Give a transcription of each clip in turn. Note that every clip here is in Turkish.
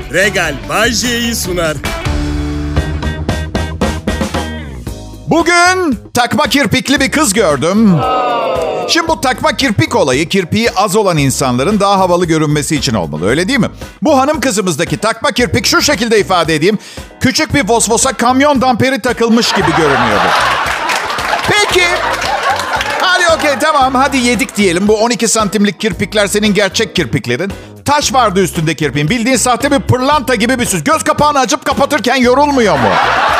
Regal Bay J'yi sunar. Bugün takma kirpikli bir kız gördüm. Şimdi bu takma kirpik olayı kirpiği az olan insanların daha havalı görünmesi için olmalı, öyle değil mi? Bu hanım kızımızdaki takma kirpik şu şekilde ifade edeyim. Küçük bir Vosvos'a kamyon damperi takılmış gibi görünüyordu. Peki. Hadi okey tamam hadi yedik diyelim. Bu 12 santimlik kirpikler senin gerçek kirpiklerin. Taş vardı üstünde kirpiğin. Bildiğin sahte bir pırlanta gibi bir süs. Göz kapağını açıp kapatırken yorulmuyor mu?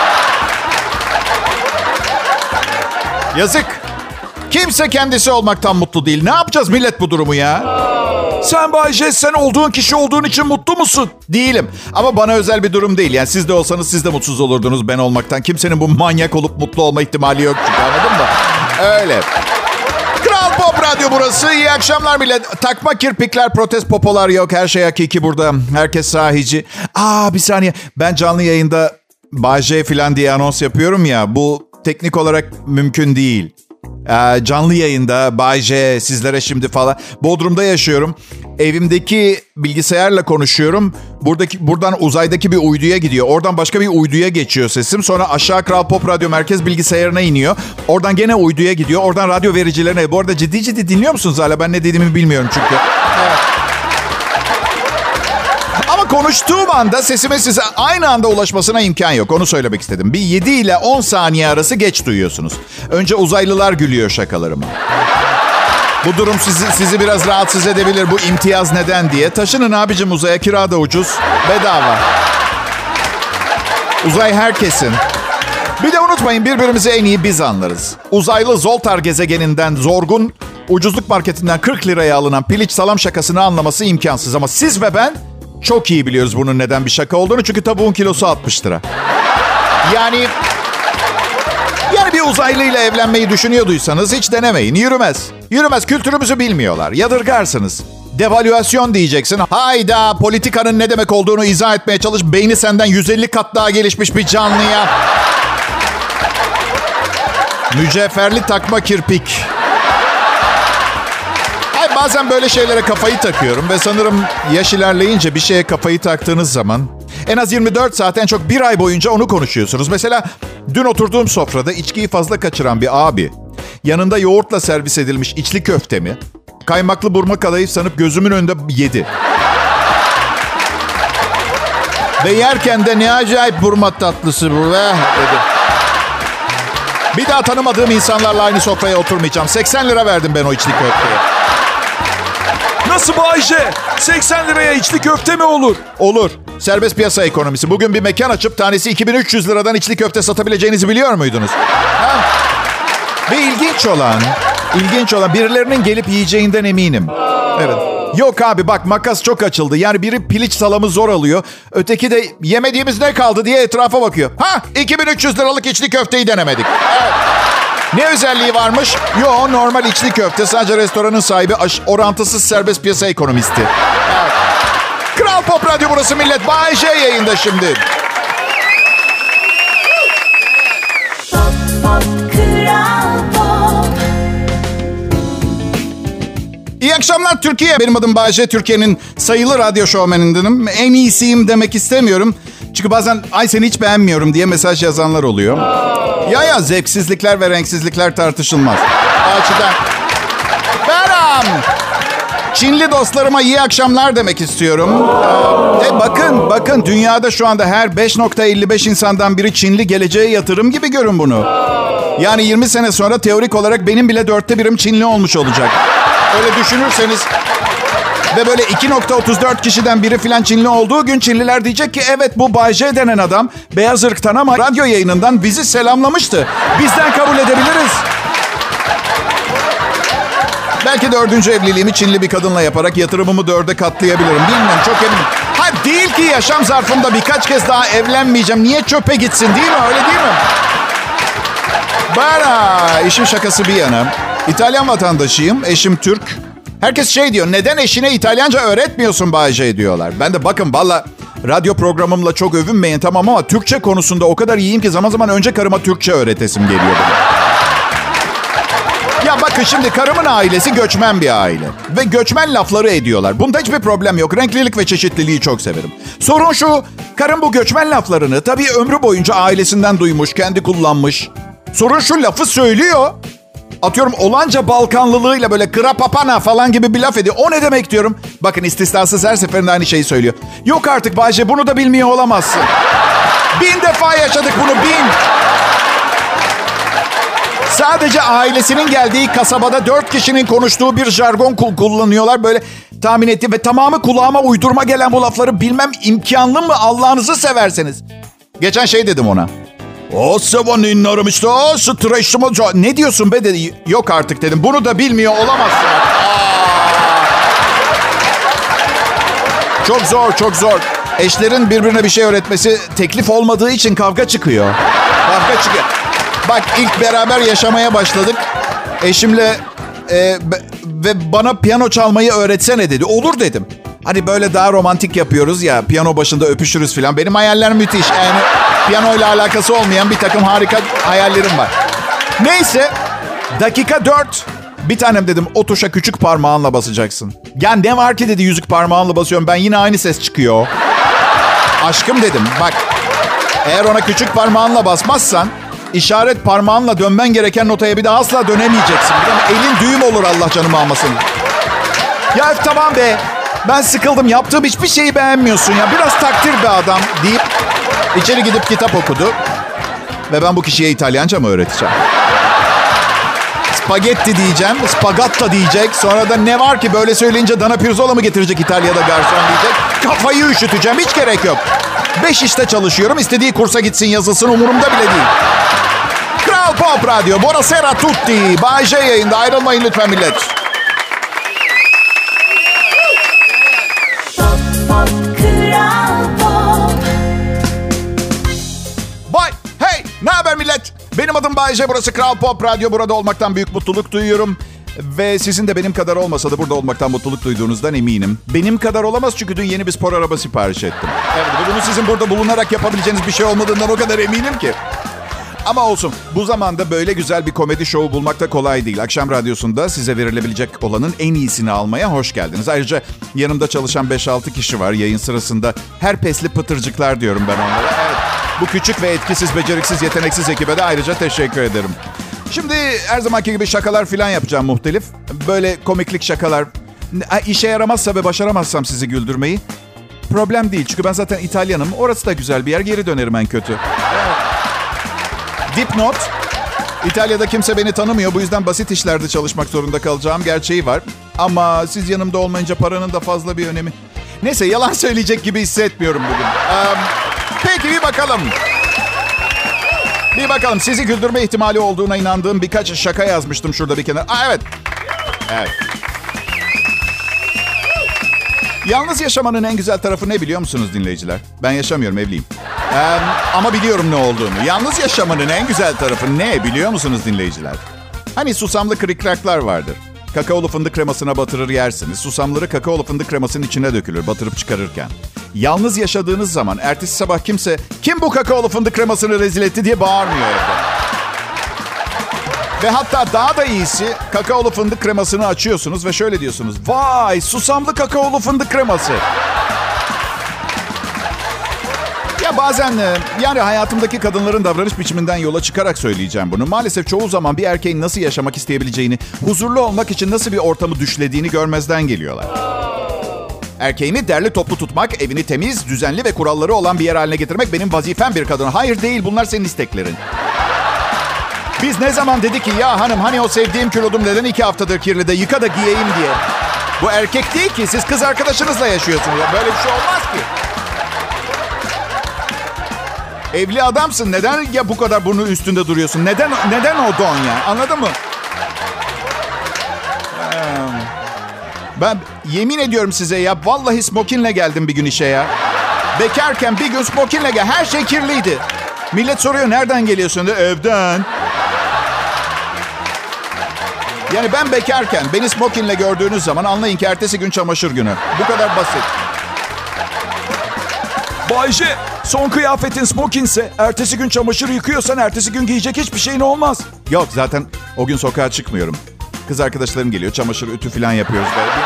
Yazık. Kimse kendisi olmaktan mutlu değil. Ne yapacağız millet bu durumu ya? Sen Bay J, sen olduğun kişi olduğun için mutlu musun? Değilim. Ama bana özel bir durum değil. Yani siz de olsanız siz de mutsuz olurdunuz ben olmaktan. Kimsenin bu manyak olup mutlu olma ihtimali yok çünkü, anladın mı? Öyle. Kral Pop Radyo burası. İyi akşamlar millet. Takma kirpikler, protest popolar yok. Her şey hakiki burada. Herkes sahici. Bir saniye. Ben canlı yayında Bay J falan diye anons yapıyorum ya. Bu teknik olarak mümkün değil. Canlı yayında Bay J sizlere şimdi falan. Bodrum'da yaşıyorum. Evimdeki bilgisayarla konuşuyorum. Buradan uzaydaki bir uyduya gidiyor. Oradan başka bir uyduya geçiyor sesim. Sonra aşağı Kral Pop Radyo merkez bilgisayarına iniyor. Oradan gene uyduya gidiyor. Oradan radyo vericilerine. Bu arada ciddi dinliyor musunuz hala? Ben ne dediğimi bilmiyorum çünkü. Evet. Ama konuştuğum anda sesime size aynı anda ulaşmasına imkan yok. Onu söylemek istedim. Bir 7 ile 10 saniye arası geç duyuyorsunuz. Önce uzaylılar gülüyor şakalarıma. Bu durum sizi biraz rahatsız edebilir. Bu imtiyaz neden diye. Taşının abicim uzaya, kira da ucuz. Bedava. Uzay herkesin. Bir de unutmayın birbirimizi en iyi biz anlarız. Uzaylı Zoltar gezegeninden Zorg'un ucuzluk marketinden 40 liraya alınan piliç salam şakasını anlaması imkansız. Ama siz ve ben çok iyi biliyoruz bunun neden bir şaka olduğunu. Çünkü tavuğun kilosu 60 lira. Yani bir uzaylıyla evlenmeyi düşünüyorduysanız hiç denemeyin. Yürümez. Kültürümüzü bilmiyorlar. Yadırgarsınız. Devalüasyon diyeceksin. Hayda, politikanın ne demek olduğunu izah etmeye çalış. Beyni senden 150 kat daha gelişmiş bir canlıya. Mücevherli takma kirpik. Bazen böyle şeylere kafayı takıyorum ve sanırım yaş ilerleyince bir şeye kafayı taktığınız zaman en az 24 saat, en çok bir ay boyunca onu konuşuyorsunuz. Mesela dün oturduğum sofrada içkiyi fazla kaçıran bir abi yanında yoğurtla servis edilmiş içli köftemi kaymaklı burma kadayıf sanıp gözümün önünde yedi. Ve yerken de ne acayip burma tatlısı bu be dedi. Bir daha tanımadığım insanlarla aynı sofraya oturmayacağım. 80 lira verdim ben o içli köfteye. Nasıl Bay J? 80 liraya içli köfte mi olur? Olur. Serbest piyasa ekonomisi. Bugün bir mekan açıp tanesi 2300 liradan içli köfte satabileceğinizi biliyor muydunuz? Ve ilginç olan birilerinin gelip yiyeceğinden eminim. Evet. Yok abi bak makas çok açıldı. Yani biri piliç salamı zor alıyor. Öteki de yemediğimiz ne kaldı diye etrafa bakıyor. 2300 liralık içli köfteyi denemedik. Evet. Ne özelliği varmış? Yo, normal içli köfte. Sadece restoranın sahibi orantısız serbest piyasa ekonomisti. Evet. Kral Pop Radyo burası millet. Bay J yayında şimdi. Pop, pop, Kral Pop. İyi akşamlar Türkiye. Benim adım Bay J. Türkiye'nin sayılı radyo şovmenindenim. En iyisiyim demek istemiyorum. Çünkü bazen seni hiç beğenmiyorum diye mesaj yazanlar oluyor. Ya zevksizlikler ve renksizlikler tartışılmaz. O açıdan. Çinli dostlarıma iyi akşamlar demek istiyorum. Bakın dünyada şu anda her 5.55 insandan biri Çinli, geleceğe yatırım gibi görün bunu. Yani 20 sene sonra teorik olarak benim bile 1/4'im Çinli olmuş olacak. Öyle düşünürseniz ve böyle 2.34 kişiden biri falan Çinli olduğu gün Çinliler diyecek ki evet bu Bay J denen adam beyaz ırktan ama radyo yayınından bizi selamlamıştı. Bizden kabul edebiliriz. Belki 4. evliliğimi Çinli bir kadınla yaparak yatırımımı 4'e katlayabilirim. Bilmiyorum, çok eminim. Değil ki yaşam zarfımda birkaç kez daha evlenmeyeceğim. Niye çöpe gitsin, değil mi? Öyle değil mi? İşin şakası bir yana. İtalyan vatandaşıyım. Eşim Türk. Herkes diyor. Neden eşine İtalyanca öğretmiyorsun Bay J diyorlar. Ben de bakın valla radyo programımla çok övünmeyin tamam ama Türkçe konusunda o kadar iyiyim ki zaman zaman önce karıma Türkçe öğretesim geliyor bana. Ya bakın Bakın şimdi karımın ailesi göçmen bir aile. Ve göçmen lafları ediyorlar. Bunda hiçbir problem yok. Renklilik ve çeşitliliği çok severim. Sorun şu, karım bu göçmen laflarını tabii ömrü boyunca ailesinden duymuş, kendi kullanmış. Sorun şu, lafı söylüyor. Atıyorum olanca Balkanlılığıyla böyle krapapana falan gibi bir laf ediyor. O ne demek diyorum. Bakın istisnasız her seferinde aynı şeyi söylüyor. Yok artık Bayce, bunu da bilmiyor olamazsın. 1000 defa yaşadık bunu, 1000. Sadece ailesinin geldiği kasabada 4 kişinin konuştuğu bir jargon kullanıyorlar. Böyle tahmin ettim ve tamamı kulağıma uydurma gelen bu lafları bilmem imkanlı mı, Allah'ınızı severseniz. Geçen şey dedim ona. O sevan inlerim işte. O streçlime. Ne diyorsun be dedi. Yok artık dedim. Bunu da bilmiyor olamazsın. Çok zor, çok zor. Eşlerin birbirine bir şey öğretmesi teklif olmadığı için kavga çıkıyor. Kavga çıkıyor. Bak ilk beraber yaşamaya başladık. Eşimle ve bana piyano çalmayı öğretsene dedi. Olur dedim. Hani böyle daha romantik yapıyoruz ya. Piyano başında öpüşürüz falan. Benim hayaller müthiş. Yani piyanoyla alakası olmayan bir takım harika hayallerim var. Neyse. Dakika 4. Bir tanem dedim o tuşa küçük parmağınla basacaksın. Ya ne var ki dedi, yüzük parmağınla basıyorum. Ben yine aynı ses çıkıyor. Aşkım dedim bak. Eğer ona küçük parmağınla basmazsan işaret parmağınla dönmen gereken notaya bir daha asla dönemeyeceksin. Elin düğüm olur, Allah canımı almasın. Ya tamam be. Ben sıkıldım. Yaptığım hiçbir şeyi beğenmiyorsun ya. Biraz takdir be adam deyip içeri gidip kitap okudu. Ve ben bu kişiye İtalyanca mı öğreteceğim? Spagetti diyeceğim. Spagatta diyecek. Sonra da ne var ki böyle söyleyince Dana Pirzola mı getirecek İtalya'da garson diyecek. Kafayı üşüteceğim. Hiç gerek yok. 5 işte çalışıyorum. İstediği kursa gitsin yazılsın. Umurumda bile değil. Kral Pop Radyo. Buonasera tutti. Bay J yayında. Ayrılmayın lütfen millet. Vay, hey, ne haber millet? Benim adım Bay J, burası Kral Pop Radyo. Burada olmaktan büyük mutluluk duyuyorum. Ve sizin de benim kadar olmasa da burada olmaktan mutluluk duyduğunuzdan eminim. Benim kadar olamaz çünkü dün yeni bir spor araba sipariş ettim. Evet, bunu sizin burada bulunarak yapabileceğiniz bir şey olmadığından o kadar eminim ki. Ama olsun, bu zamanda böyle güzel bir komedi şovu bulmak da kolay değil. Akşam radyosunda size verilebilecek olanın en iyisini almaya hoş geldiniz. Ayrıca yanımda çalışan 5-6 kişi var yayın sırasında. Her pesli pıtırcıklar diyorum ben onlara. Evet, bu küçük ve etkisiz, beceriksiz, yeteneksiz ekibe de ayrıca teşekkür ederim. Şimdi her zamanki gibi şakalar falan yapacağım muhtelif. Böyle komiklik şakalar. İşe yaramazsa ve başaramazsam sizi güldürmeyi problem değil. Çünkü ben zaten İtalyanım. Orası da güzel bir yer. Geri dönerim en kötü. Evet. Dipnot. İtalya'da kimse beni tanımıyor. Bu yüzden basit işlerde çalışmak zorunda kalacağım gerçeği var. Ama siz yanımda olmayınca paranın da fazla bir önemi. Neyse, yalan söyleyecek gibi hissetmiyorum bugün. Peki bir bakalım. Bir bakalım. Sizi güldürme ihtimali olduğuna inandığım birkaç şaka yazmıştım şurada bir kenara. Evet. Evet. Yalnız yaşamanın en güzel tarafı ne biliyor musunuz dinleyiciler? Ben yaşamıyorum, evliyim. Ama biliyorum ne olduğunu. Yalnız yaşamanın en güzel tarafı ne biliyor musunuz dinleyiciler? Hani susamlı krikraklar vardır. Kakaolu fındık kremasına batırır yersiniz. Susamları kakaolu fındık kremasının içine dökülür batırıp çıkarırken. Yalnız yaşadığınız zaman ertesi sabah kimse "Kim bu kakaolu fındık kremasını rezil etti?" diye bağırmıyor evde. Ve hatta daha da iyisi, kakaolu fındık kremasını açıyorsunuz ve şöyle diyorsunuz: "Vay, susamlı kakaolu fındık kreması." Ya bazen yani hayatımdaki kadınların davranış biçiminden yola çıkarak söyleyeceğim bunu. Maalesef çoğu zaman bir erkeğin nasıl yaşamak isteyebileceğini, huzurlu olmak için nasıl bir ortamı düşlediğini görmezden geliyorlar. Erkeğimi derli toplu tutmak, evini temiz, düzenli ve kuralları olan bir yer haline getirmek benim vazifem bir kadına. Hayır değil, bunlar senin isteklerin. Biz ne zaman dedik ki ya hanım hani o sevdiğim kilodum neden 2 haftadır kirli de yıka da giyeyim diye. Bu erkek değil ki, siz kız arkadaşınızla yaşıyorsunuz. Böyle bir şey olmaz ki. Evli adamsın, neden ya bu kadar burnu üstünde duruyorsun? Neden o don ya, anladın mı? Ben yemin ediyorum size ya, vallahi smokinle geldim bir gün işe ya. Bekarken bir gün smokinle gel, her şey kirliydi. Millet soruyor nereden geliyorsun diye, evden. Yani ben bekarken beni smokinle gördüğünüz zaman anlayın ki ertesi gün çamaşır günü. Bu kadar basit. Bayce, son kıyafetin smokinse, ertesi gün çamaşır yıkıyorsan ertesi gün giyecek hiçbir şeyin olmaz. Yok, zaten o gün sokağa çıkmıyorum. Kız arkadaşlarım geliyor. Çamaşır, ütü falan yapıyoruz.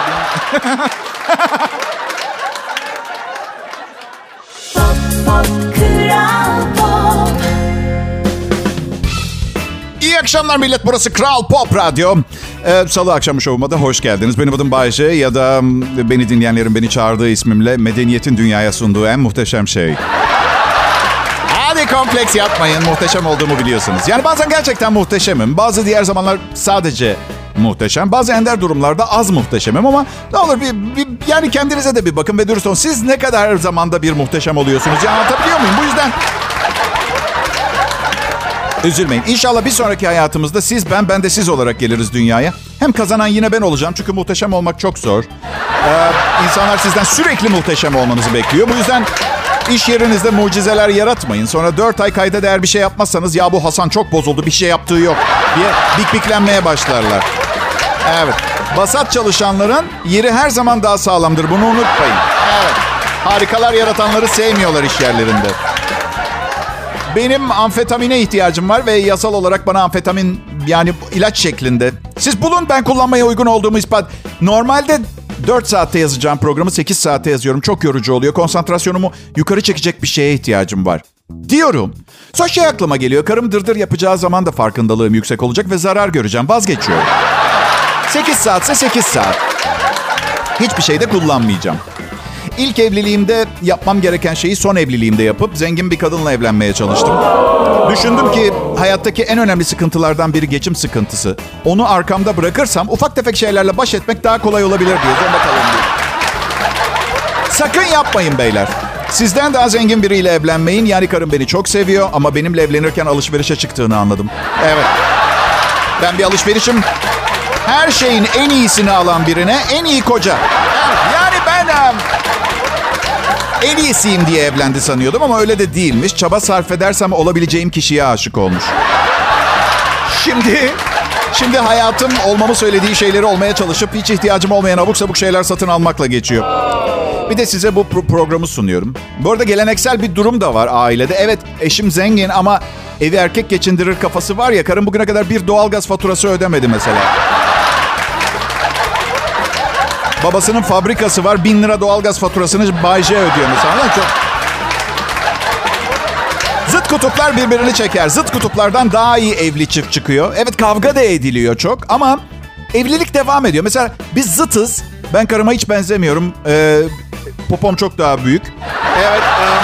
İyi akşamlar millet. Burası Kral Pop Radyo. Salı akşamı şovuma da hoş geldiniz. Benim adım Bayce ya da beni dinleyenlerin beni çağırdığı ismimle medeniyetin dünyaya sunduğu en muhteşem şey. Hadi kompleks yapmayın. Muhteşem olduğumu biliyorsunuz. Yani bazen gerçekten muhteşemim. Bazı diğer zamanlar sadece muhteşem. Bazı ender durumlarda az muhteşemim ama ne olur yani kendinize de bir bakın ve dürüst olun. Siz ne kadar zamanda bir muhteşem oluyorsunuz? Ya anlatabiliyor muyum? Bu yüzden üzülmeyin. İnşallah bir sonraki hayatımızda siz ben de siz olarak geliriz dünyaya. Hem kazanan yine ben olacağım çünkü muhteşem olmak çok zor. İnsanlar sizden sürekli muhteşem olmanızı bekliyor. Bu yüzden iş yerinizde mucizeler yaratmayın. Sonra 4 ay kayda değer bir şey yapmazsanız ya bu Hasan çok bozuldu bir şey yaptığı yok diye bikbiklenmeye başlarlar. Evet. Basat çalışanların yeri her zaman daha sağlamdır. Bunu unutmayın. Evet. Harikalar yaratanları sevmiyorlar iş yerlerinde. Benim amfetamine ihtiyacım var ve yasal olarak bana amfetamin yani ilaç şeklinde. Siz bulun, ben kullanmaya uygun olduğumu ispat. Normalde 4 saatte yazacağım programı 8 saatte yazıyorum. Çok yorucu oluyor. Konsantrasyonumu yukarı çekecek bir şeye ihtiyacım var diyorum. Sonra şey aklıma geliyor. Karım dırdır yapacağı zaman da farkındalığım yüksek olacak ve zarar göreceğim. Vazgeçiyorum. 8 saatse 8 saat. Hiçbir şey de kullanmayacağım. İlk evliliğimde yapmam gereken şeyi son evliliğimde yapıp zengin bir kadınla evlenmeye çalıştım. Düşündüm ki hayattaki en önemli sıkıntılardan biri geçim sıkıntısı. Onu arkamda bırakırsam ufak tefek şeylerle baş etmek daha kolay olabilir diye. Zorunda kalın diye. Sakın yapmayın beyler. Sizden daha zengin biriyle evlenmeyin. Yani karım beni çok seviyor ama benimle evlenirken alışverişe çıktığını anladım. Evet. Ben bir alışverişim. Her şeyin en iyisini alan birine en iyi koca. Evet. Yani ben en iyisiyim diye evlendi sanıyordum ama öyle de değilmiş. Çaba sarf edersem olabileceğim kişiye aşık olmuş. Şimdi hayatım olmamı söylediği şeyleri olmaya çalışıp hiç ihtiyacım olmayan abuk sabuk şeyler satın almakla geçiyor. Bir de size bu programı sunuyorum. Bu arada geleneksel bir durum da var ailede. Evet, eşim zengin ama evi erkek geçindirir kafası var ya. Karım bugüne kadar bir doğalgaz faturası ödemedi mesela. Babasının fabrikası var. 1000 lira doğalgaz faturasını Bayce ödüyor mesela. Çok... Zıt kutuplar birbirini çeker. Zıt kutuplardan daha iyi evli çift çıkıyor. Evet, kavga da ediliyor çok ama evlilik devam ediyor. Mesela biz zıtız. Ben karıma hiç benzemiyorum. Popom çok daha büyük. Evet.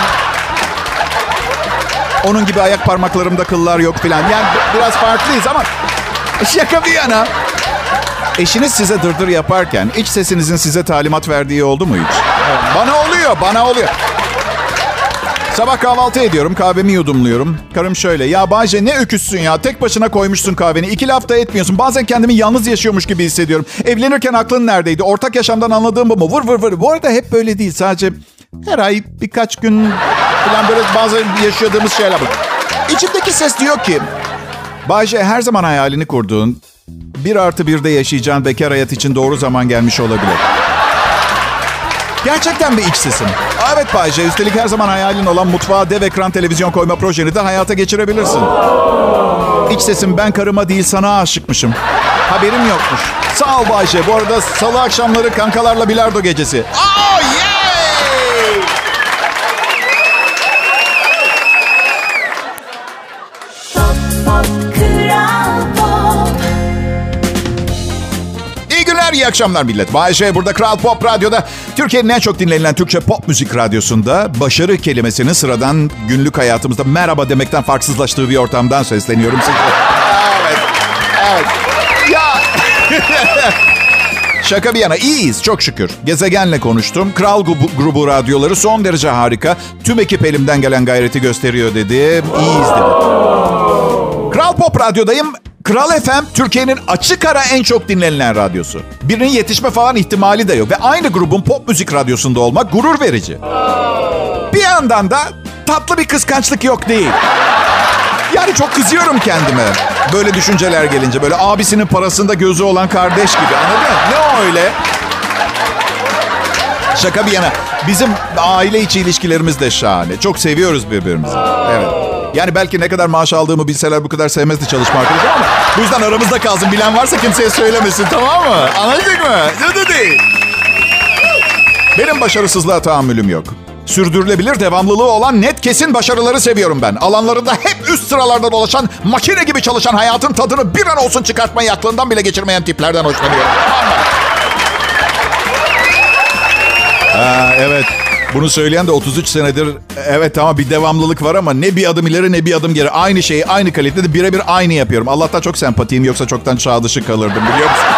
Onun gibi ayak parmaklarımda kıllar yok filan. Yani biraz farklıyız ama şaka bir yana. Eşiniz size dırdır yaparken iç sesinizin size talimat verdiği oldu mu hiç? Bana oluyor. Sabah kahvaltı ediyorum, kahvemi yudumluyorum. Karım şöyle, ya Bayce ne öküzsün ya, tek başına koymuşsun kahveni, 2 laf da etmiyorsun. Bazen kendimi yalnız yaşıyormuş gibi hissediyorum. Evlenirken aklın neredeydi? Ortak yaşamdan anladığım bu mu? Vur. Bu arada hep böyle değil, sadece her ay birkaç gün falan böyle bazen yaşadığımız şeyler var. İçimdeki ses diyor ki, Bayce her zaman hayalini kurduğun 1+1'de yaşayacağın bekar hayat için doğru zaman gelmiş olabilir. Gerçekten bir iç sesim. Evet Bayce, üstelik her zaman hayalin olan mutfağa dev ekran televizyon koyma projeni de hayata geçirebilirsin. İç sesim, ben karıma değil sana aşıkmışım. Haberim yokmuş. Sağ ol Bayce. Bu arada salı akşamları kankalarla bilardo gecesi. Oh yeah! İyi akşamlar millet. Bayşe burada Kral Pop Radyo'da. Türkiye'nin en çok dinlenilen Türkçe pop müzik radyosunda başarı kelimesinin sıradan günlük hayatımızda merhaba demekten farksızlaştığı bir ortamdan sesleniyorum size. Evet. Ya. Şaka bir yana iyiyiz çok şükür. Gezegenle konuştum. Kral grubu radyoları son derece harika. Tüm ekip elimden gelen gayreti gösteriyor dedi. İyiyiz dedi. Kral Pop Radyo'dayım. Kral FM Türkiye'nin açık ara en çok dinlenilen radyosu. Birinin yetişme falan ihtimali de yok. Ve aynı grubun pop müzik radyosunda olmak gurur verici. Bir yandan da tatlı bir kıskançlık yok değil. Yani çok kızıyorum kendime. Böyle düşünceler gelince. Böyle abisinin parasında gözü olan kardeş gibi. Anladın mı? Ne o öyle? Şaka bir yana. Bizim aile içi ilişkilerimiz de şahane. Çok seviyoruz birbirimizi. Evet. Yani belki ne kadar maaş aldığımı bilseler bu kadar sevmezdi çalışma arkadaşım ama bu yüzden aramızda kalsın. Bilen varsa kimseye söylemesin, tamam mı? Anladın mı? Benim başarısızlığa tahammülüm yok. Sürdürülebilir, devamlılığı olan net, kesin başarıları seviyorum ben. Alanlarında hep üst sıralarda dolaşan, makine gibi çalışan, hayatın tadını bir an olsun çıkartmayı aklından bile geçirmeyen tiplerden hoşlanıyorum. Evet. Bunu söyleyen de 33 senedir. Evet tamam, bir devamlılık var ama ne bir adım ileri ne bir adım geri. Aynı şeyi aynı kalitede birebir aynı yapıyorum. Allah'tan çok sempatiyim, yoksa çoktan çağ dışı kalırdım, biliyor musun?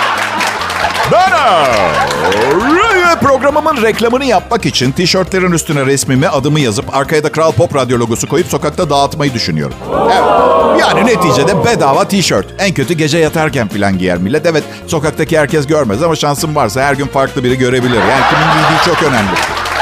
Programımın reklamını yapmak için tişörtlerin üstüne resmimi, adımı yazıp arkaya da Kral Pop Radyo logosu koyup sokakta dağıtmayı düşünüyorum. Evet. Yani neticede bedava tişört. En kötü gece yatarken falan giyer millet. Evet, sokaktaki herkes görmez ama şansım varsa her gün farklı biri görebilir. Yani kimin giydiği çok önemli.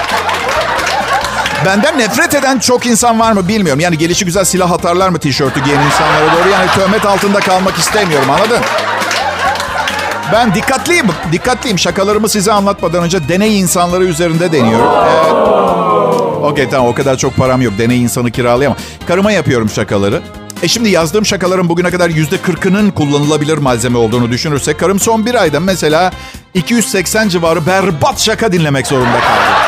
Benden nefret eden çok insan var mı bilmiyorum. Yani gelişigüzel silah atarlar mı tişörtü giyen insanlara doğru? Yani töhmet altında kalmak istemiyorum, anladın? Ben dikkatliyim. Şakalarımı size anlatmadan önce deney insanları üzerinde deniyorum. Evet. Okey tamam, o kadar çok param yok. Deney insanı kiralayamam. Karıma yapıyorum şakaları. Şimdi yazdığım şakaların bugüne kadar %40'ının kullanılabilir malzeme olduğunu düşünürsek, karım son bir ayda mesela 280 civarı berbat şaka dinlemek zorunda kaldı.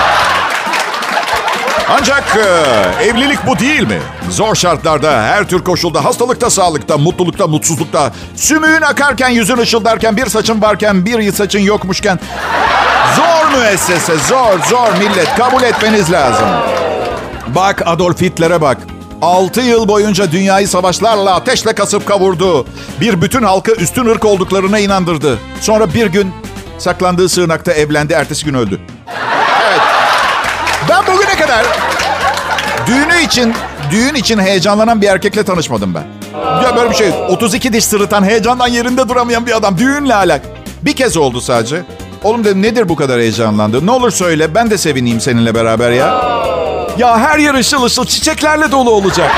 Ancak evlilik bu değil mi? Zor şartlarda, her tür koşulda, hastalıkta, sağlıkta, mutlulukta, mutsuzlukta, sümüğün akarken, yüzün ışıldarken, bir saçın varken, bir saçın yokmuşken. Zor müessese, zor millet. Kabul etmeniz lazım. Bak Adolf Hitler'e bak. 6 yıl boyunca dünyayı savaşlarla, ateşle kasıp kavurdu. Bir bütün halkı üstün ırk olduklarına inandırdı. Sonra bir gün saklandığı sığınakta evlendi, ertesi gün öldü. Evet. Ben bugüne kadar düğün için heyecanlanan bir erkekle tanışmadım ben. Ya böyle bir şey. 32 diş sırıtan, heyecandan yerinde duramayan bir adam. Düğünle alak. Bir kez oldu sadece. Oğlum dedim, nedir bu kadar heyecanlandın? Ne olur söyle, ben de sevineyim seninle beraber ya. Ya her yer ışıl ışıl, çiçeklerle dolu olacak.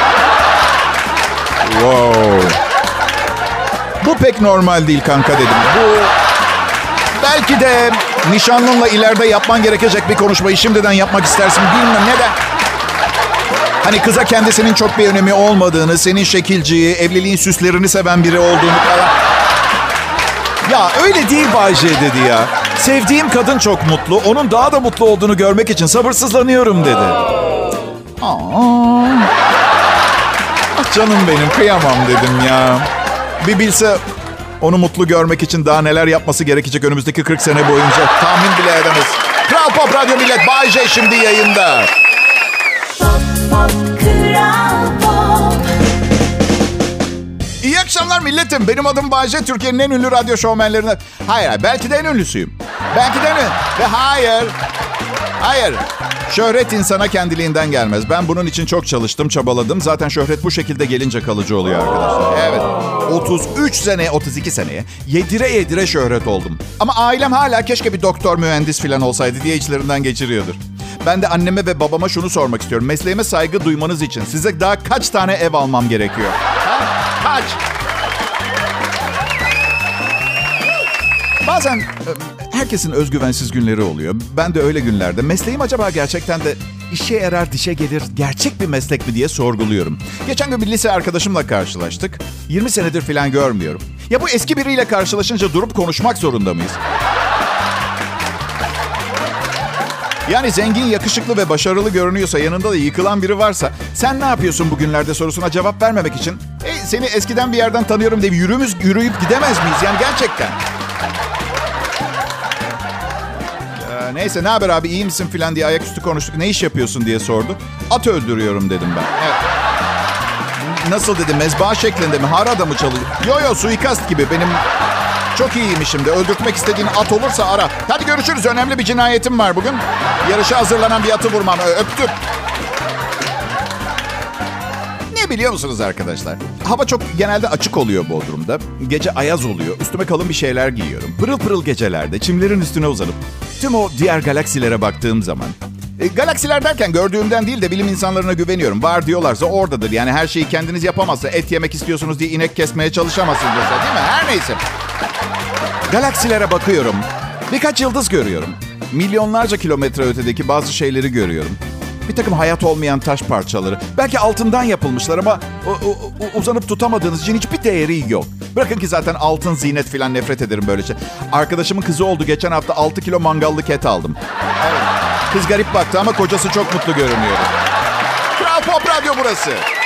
Wow. Bu pek normal değil kanka dedim. Bu belki de nişanlınla ileride yapman gerekecek bir konuşmayı şimdiden yapmak istersin. Bilmem neden. Hani kıza kendisinin çok bir önemi olmadığını, senin şekilciyi, evliliğin süslerini seven biri olduğunu falan. Ya öyle değil Bay J dedi ya. Sevdiğim kadın çok mutlu. Onun daha da mutlu olduğunu görmek için sabırsızlanıyorum dedi. Ah canım benim, kıyamam dedim ya. Bir bilse onu mutlu görmek için daha neler yapması gerekecek önümüzdeki 40 sene boyunca tahmin bile edemez. Kral Pop Radyo millet, Bay J şimdi yayında. İyi akşamlar milletim. Benim adım Bay J. Türkiye'nin en ünlü radyo şovmenlerinden. Hayır, belki de en ünlüsüyüm. Belki de en ünlü. Ve hayır. Şöhret insana kendiliğinden gelmez. Ben bunun için çok çalıştım, çabaladım. Zaten şöhret bu şekilde gelince kalıcı oluyor arkadaşlar. Evet. 32 seneye yedire şöhret oldum. Ama ailem hala keşke bir doktor, mühendis falan olsaydı diye içlerinden geçiriyordur. Ben de anneme ve babama şunu sormak istiyorum. Mesleğime saygı duymanız için size daha kaç tane ev almam gerekiyor? Ha? Kaç? Bazen herkesin özgüvensiz günleri oluyor. Ben de öyle günlerde mesleğim acaba gerçekten de işe yarar, dişe gelir, gerçek bir meslek mi diye sorguluyorum. Geçen gün bir lise arkadaşımla karşılaştık. 20 senedir falan görmüyorum. Ya bu eski biriyle karşılaşınca durup konuşmak zorunda mıyız? Yani zengin, yakışıklı ve başarılı görünüyorsa, yanında da yıkılan biri varsa sen ne yapıyorsun bugünlerde sorusuna cevap vermemek için seni eskiden bir yerden tanıyorum diye yürüyüp gidemez miyiz? Yani gerçekten. Neyse, ne haber abi, iyi misin falan diye ayaküstü konuştuk. Ne iş yapıyorsun diye sordu. At öldürüyorum dedim ben. Evet. Nasıl dedim, mezba şeklinde mi? Harada mı çalışıyor? Yo suikast gibi. Benim çok iyiyim şimdi. Öldürtmek istediğin at olursa ara. Hadi görüşürüz. Önemli bir cinayetim var bugün. Yarışa hazırlanan bir atı vurmam. Öptüm. Ne biliyor musunuz arkadaşlar? Hava çok genelde açık oluyor Bodrum'da. Gece ayaz oluyor. Üstüme kalın bir şeyler giyiyorum. Pırıl pırıl gecelerde çimlerin üstüne uzanıp tüm o diğer galaksilere baktığım zaman... Galaksiler derken gördüğümden değil de bilim insanlarına güveniyorum. Var diyorlarsa oradadır. Yani her şeyi kendiniz yapamazsa, et yemek istiyorsunuz diye inek kesmeye çalışamazsınız mesela, değil mi? Her neyse. Galaksilere bakıyorum. Birkaç yıldız görüyorum. milyonlarca kilometre ötedeki bazı şeyleri görüyorum. Bir takım hayat olmayan taş parçaları. Belki altından yapılmışlar ama uzanıp tutamadığınız için hiçbir değeri yok. Bırakın ki zaten altın, ziynet falan, nefret ederim böyle şey. Arkadaşımın kızı oldu. Geçen hafta 6 kilo mangallık et aldım. Evet. Kız garip baktı ama kocası çok mutlu görünüyordu. Kral Pop Radyo burası.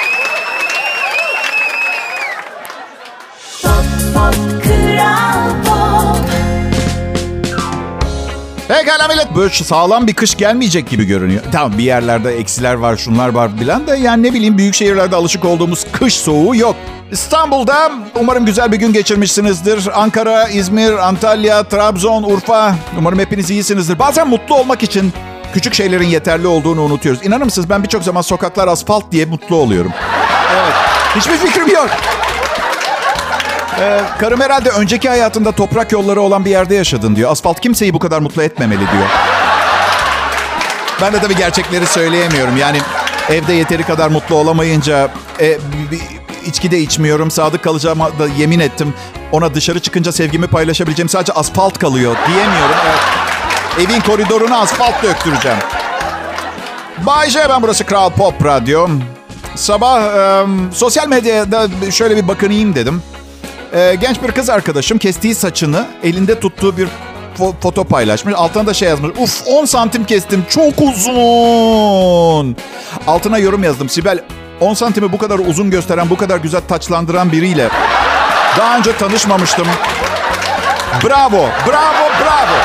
Pekala millet. Böyle sağlam bir kış gelmeyecek gibi görünüyor. Tamam, bir yerlerde eksiler var, şunlar var bilen de yani ne bileyim, büyük şehirlerde alışık olduğumuz kış soğuğu yok. İstanbul'da umarım güzel bir gün geçirmişsinizdir. Ankara, İzmir, Antalya, Trabzon, Urfa. Umarım hepiniz iyisinizdir. Bazen mutlu olmak için küçük şeylerin yeterli olduğunu unutuyoruz. İnanır mısınız, ben birçok zaman sokaklar asfalt diye mutlu oluyorum. Evet. Hiçbir fikrim yok. Karım herhalde önceki hayatında toprak yolları olan bir yerde yaşadın diyor. Asfalt kimseyi bu kadar mutlu etmemeli diyor. Ben de tabii gerçekleri söyleyemiyorum. Yani evde yeteri kadar mutlu olamayınca içki de içmiyorum. Sadık kalacağıma da yemin ettim. Ona dışarı çıkınca sevgimi paylaşabileceğim sadece asfalt kalıyor diyemiyorum. Evet. Evin koridoruna asfalt döktüreceğim. Bay J, ben burası Kral Pop Radyo. Sabah sosyal medyada şöyle bir bakınayım dedim. Genç bir kız arkadaşım kestiği saçını elinde tuttuğu bir foto paylaşmış. Altına da şey yazmış. Uf, 10 santim kestim. Çok uzun. Altına yorum yazdım. Sibel, 10 santimi bu kadar uzun gösteren, bu kadar güzel taçlandıran biriyle daha önce tanışmamıştım. Bravo, bravo, bravo.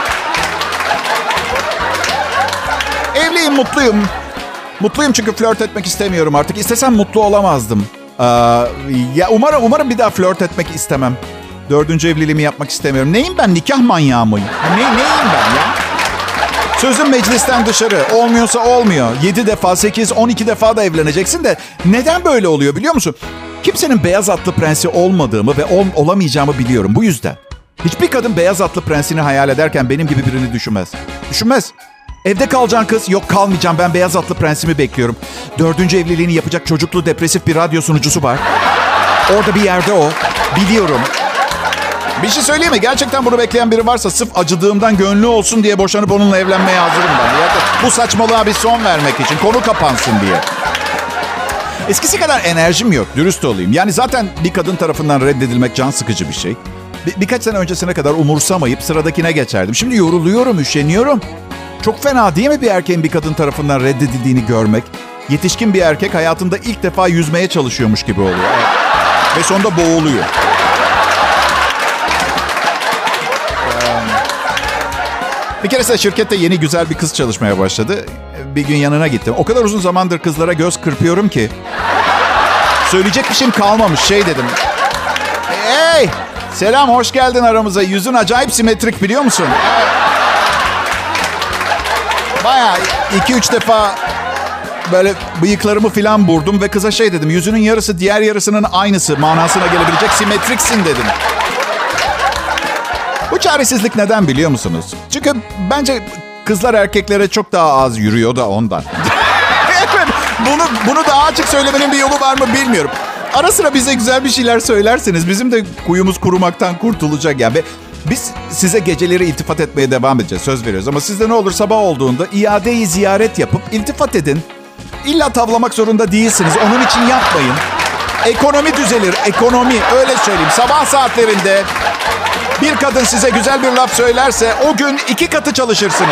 Evliyim, mutluyum. Mutluyum çünkü flört etmek istemiyorum artık. İstesem mutlu olamazdım. Ya umarım bir daha flört etmek istemem. 4. evliliğimi yapmak istemiyorum. Neyim ben? Nikah manyağı mıyım? Neyim ben ya? Sözüm meclisten dışarı. Olmuyorsa olmuyor. 7 defa, 8, 12 defa da evleneceksin de neden böyle oluyor biliyor musun? Kimsenin beyaz atlı prensi olmadığımı ve olamayacağımı biliyorum. Bu yüzden. Hiçbir kadın beyaz atlı prensini hayal ederken benim gibi birini düşünmez. Düşünmez. Evde kalacaksın kız. Yok, kalmayacağım. Ben beyaz atlı prensimi bekliyorum. 4. evliliğini yapacak çocuklu depresif bir radyo sunucusu var. Orada bir yerde o. Biliyorum. Bir şey söyleyeyim mi? Gerçekten bunu bekleyen biri varsa sırf acıdığımdan gönlü olsun diye boşanıp onunla evlenmeye hazırım ben. Ya da bu saçmalığa bir son vermek için, konu kapansın diye. Eskisi kadar enerjim yok. Dürüst olayım. Yani zaten bir kadın tarafından reddedilmek can sıkıcı bir şey. Birkaç sene öncesine kadar umursamayıp sıradakine geçerdim. Şimdi yoruluyorum, üşeniyorum. Çok fena değil mi bir erkeğin bir kadın tarafından reddedildiğini görmek? Yetişkin bir erkek hayatında ilk defa yüzmeye çalışıyormuş gibi oluyor. Ve sonunda boğuluyor. Bir keresinde şirkette yeni güzel bir kız çalışmaya başladı. Bir gün yanına gittim. O kadar uzun zamandır kızlara göz kırpıyorum ki. Söyleyecek bir şeyim kalmamış. Şey dedim. Hey! Selam, hoş geldin aramıza. Yüzün acayip simetrik, biliyor musun? Bayağı 2-3 defa böyle bıyıklarımı falan vurdum ve kıza şey dedim. Yüzünün yarısı diğer yarısının aynısı manasına gelebilecek simetriksin dedim. Bu çaresizlik neden biliyor musunuz? Çünkü bence kızlar erkeklere çok daha az yürüyor da ondan. Evet, bunu daha açık söylemenin bir yolu var mı bilmiyorum. Ara sıra bize güzel bir şeyler söylerseniz bizim de kuyumuz kurumaktan kurtulacak yani. Biz size geceleri iltifat etmeye devam edeceğiz. Söz veriyoruz. Ama sizde ne olur, sabah olduğunda iade-i ziyaret yapıp iltifat edin. İlla tavlamak zorunda değilsiniz. Onun için yapmayın. Ekonomi düzelir. Ekonomi. Öyle söyleyeyim. Sabah saatlerinde bir kadın size güzel bir laf söylerse o gün 2 katı çalışırsınız.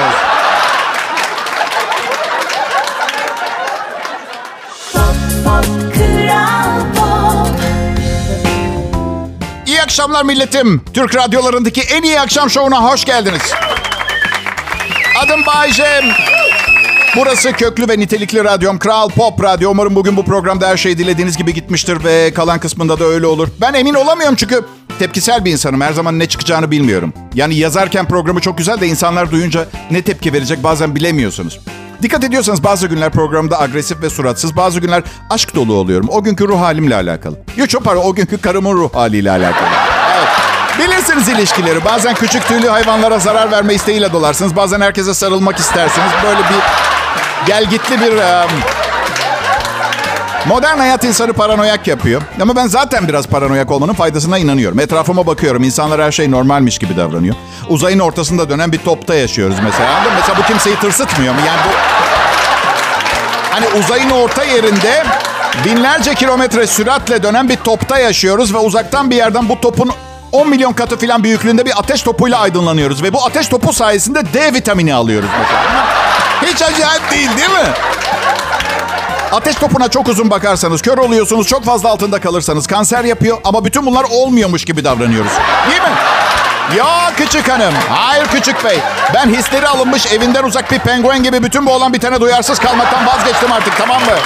İyi akşamlar milletim. Türk radyolarındaki en iyi akşam şovuna hoş geldiniz. Adım Bay J. Burası köklü ve nitelikli radyom, Kral Pop Radyo. Umarım bugün bu programda her şey dilediğiniz gibi gitmiştir ve kalan kısmında da öyle olur. Ben emin olamıyorum çünkü tepkisel bir insanım. Her zaman ne çıkacağını bilmiyorum. Yani yazarken programı çok güzel de insanlar duyunca ne tepki verecek bazen bilemiyorsunuz. Dikkat ediyorsanız bazı günler programda agresif ve suratsız, bazı günler aşk dolu oluyorum. O günkü ruh halimle alakalı. Yok, çok pardon, o günkü karımın ruh haliyle alakalı. Evet. Bilirsiniz ilişkileri. Bazen küçük tüylü hayvanlara zarar verme isteğiyle dolarsınız. Bazen herkese sarılmak istersiniz. Böyle bir gelgitli bir Modern hayat insanı paranoyak yapıyor. Ama ben zaten biraz paranoyak olmanın faydasına inanıyorum. Etrafıma bakıyorum. İnsanlar her şey normalmiş gibi davranıyor. Uzayın ortasında dönen bir topta yaşıyoruz mesela. Anladın mı? Mesela bu kimseyi tırsıtmıyor mu? Yani bu... Hani uzayın orta yerinde binlerce kilometre süratle dönen bir topta yaşıyoruz ve uzaktan bir yerden bu topun 10 milyon katı falan büyüklüğünde bir ateş topuyla aydınlanıyoruz. Ve bu ateş topu sayesinde D vitamini alıyoruz mesela. Hiç acayip değil mi? Ateş topuna çok uzun bakarsanız kör oluyorsunuz. Çok fazla altında kalırsanız kanser yapıyor. Ama bütün bunlar olmuyormuş gibi davranıyoruz. Değil mi? Ya küçük hanım. Hayır küçük bey. Ben hisleri alınmış evinden uzak bir penguen gibi bütün bu olan bitene duyarsız kalmaktan vazgeçtim artık, tamam mı?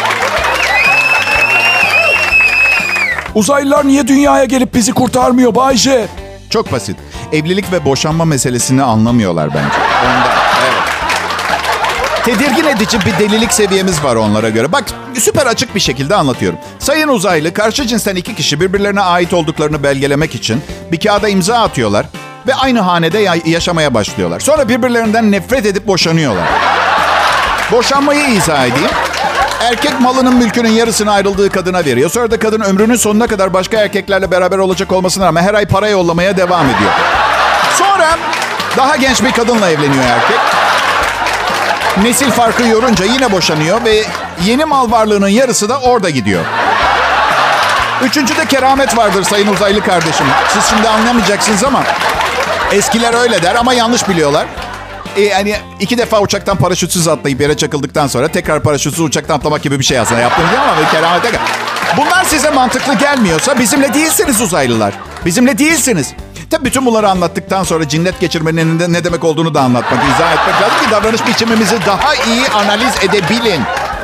Uzaylılar niye dünyaya gelip bizi kurtarmıyor Bay J? Çok basit. Evlilik ve boşanma meselesini anlamıyorlar bence. Ondan. Evet. Tedirgin edici bir delilik seviyemiz var onlara göre. Bak süper açık bir şekilde anlatıyorum. Sayın uzaylı, karşı cinsten iki kişi birbirlerine ait olduklarını belgelemek için bir kağıda imza atıyorlar ve aynı hanede yaşamaya başlıyorlar. Sonra birbirlerinden nefret edip boşanıyorlar. Boşanmayı izah edeyim. Erkek malının mülkünün yarısını ayrıldığı kadına veriyor. Sonra da kadın ömrünün sonuna kadar başka erkeklerle beraber olacak olmasına rağmen her ay para yollamaya devam ediyor. Sonra daha genç bir kadınla evleniyor erkek. Nesil farkı yorunca yine boşanıyor ve yeni mal varlığının yarısı da orada gidiyor. Üçüncüde keramet vardır sayın uzaylı kardeşim. Siz şimdi anlamayacaksınız ama eskiler öyle der ama yanlış biliyorlar. Hani 2 defa uçaktan paraşütsüz atlayıp yere çakıldıktan sonra tekrar paraşütsüz uçaktan atlamak gibi bir şey aslında yaptım değil mi? Ama keramete... Bunlar size mantıklı gelmiyorsa bizimle değilsiniz uzaylılar. Bizimle değilsiniz. Tabii bütün bunları anlattıktan sonra cinnet geçirmenin ne demek olduğunu da anlatmak, izah etmek lazım ki davranış biçimimizi daha iyi analiz edebilin.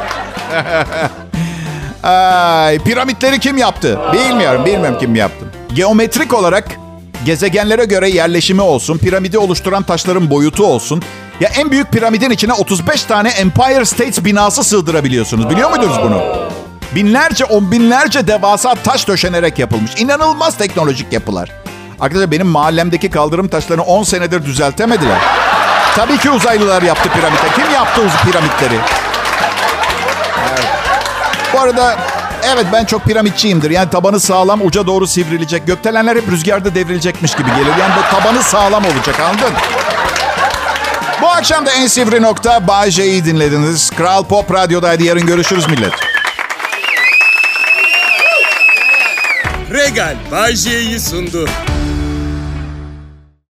Ay, piramitleri kim yaptı? Bilmiyorum kim yaptı. Geometrik olarak gezegenlere göre yerleşimi olsun, piramidi oluşturan taşların boyutu olsun. Ya en büyük piramidin içine 35 tane Empire State binası sığdırabiliyorsunuz. Biliyor muydunuz bunu? Binlerce, on binlerce devasa taş döşenerek yapılmış. İnanılmaz teknolojik yapılar. Arkadaşlar benim mahallemdeki kaldırım taşlarını 10 senedir düzeltemediler. Tabii ki uzaylılar yaptı piramide. Kim yaptı piramitleri? Evet. Bu arada evet ben çok piramitçiyimdir. Yani tabanı sağlam, uca doğru sivrilecek. Gökdelenler hep rüzgarda devrilecekmiş gibi gelir. Yani bu tabanı sağlam olacak, anladın? Bu akşam da en sivri nokta Bay J'yi dinlediniz. Kral Pop Radyo'daydı. Yarın görüşürüz millet. Regal Bay J'yi sundu.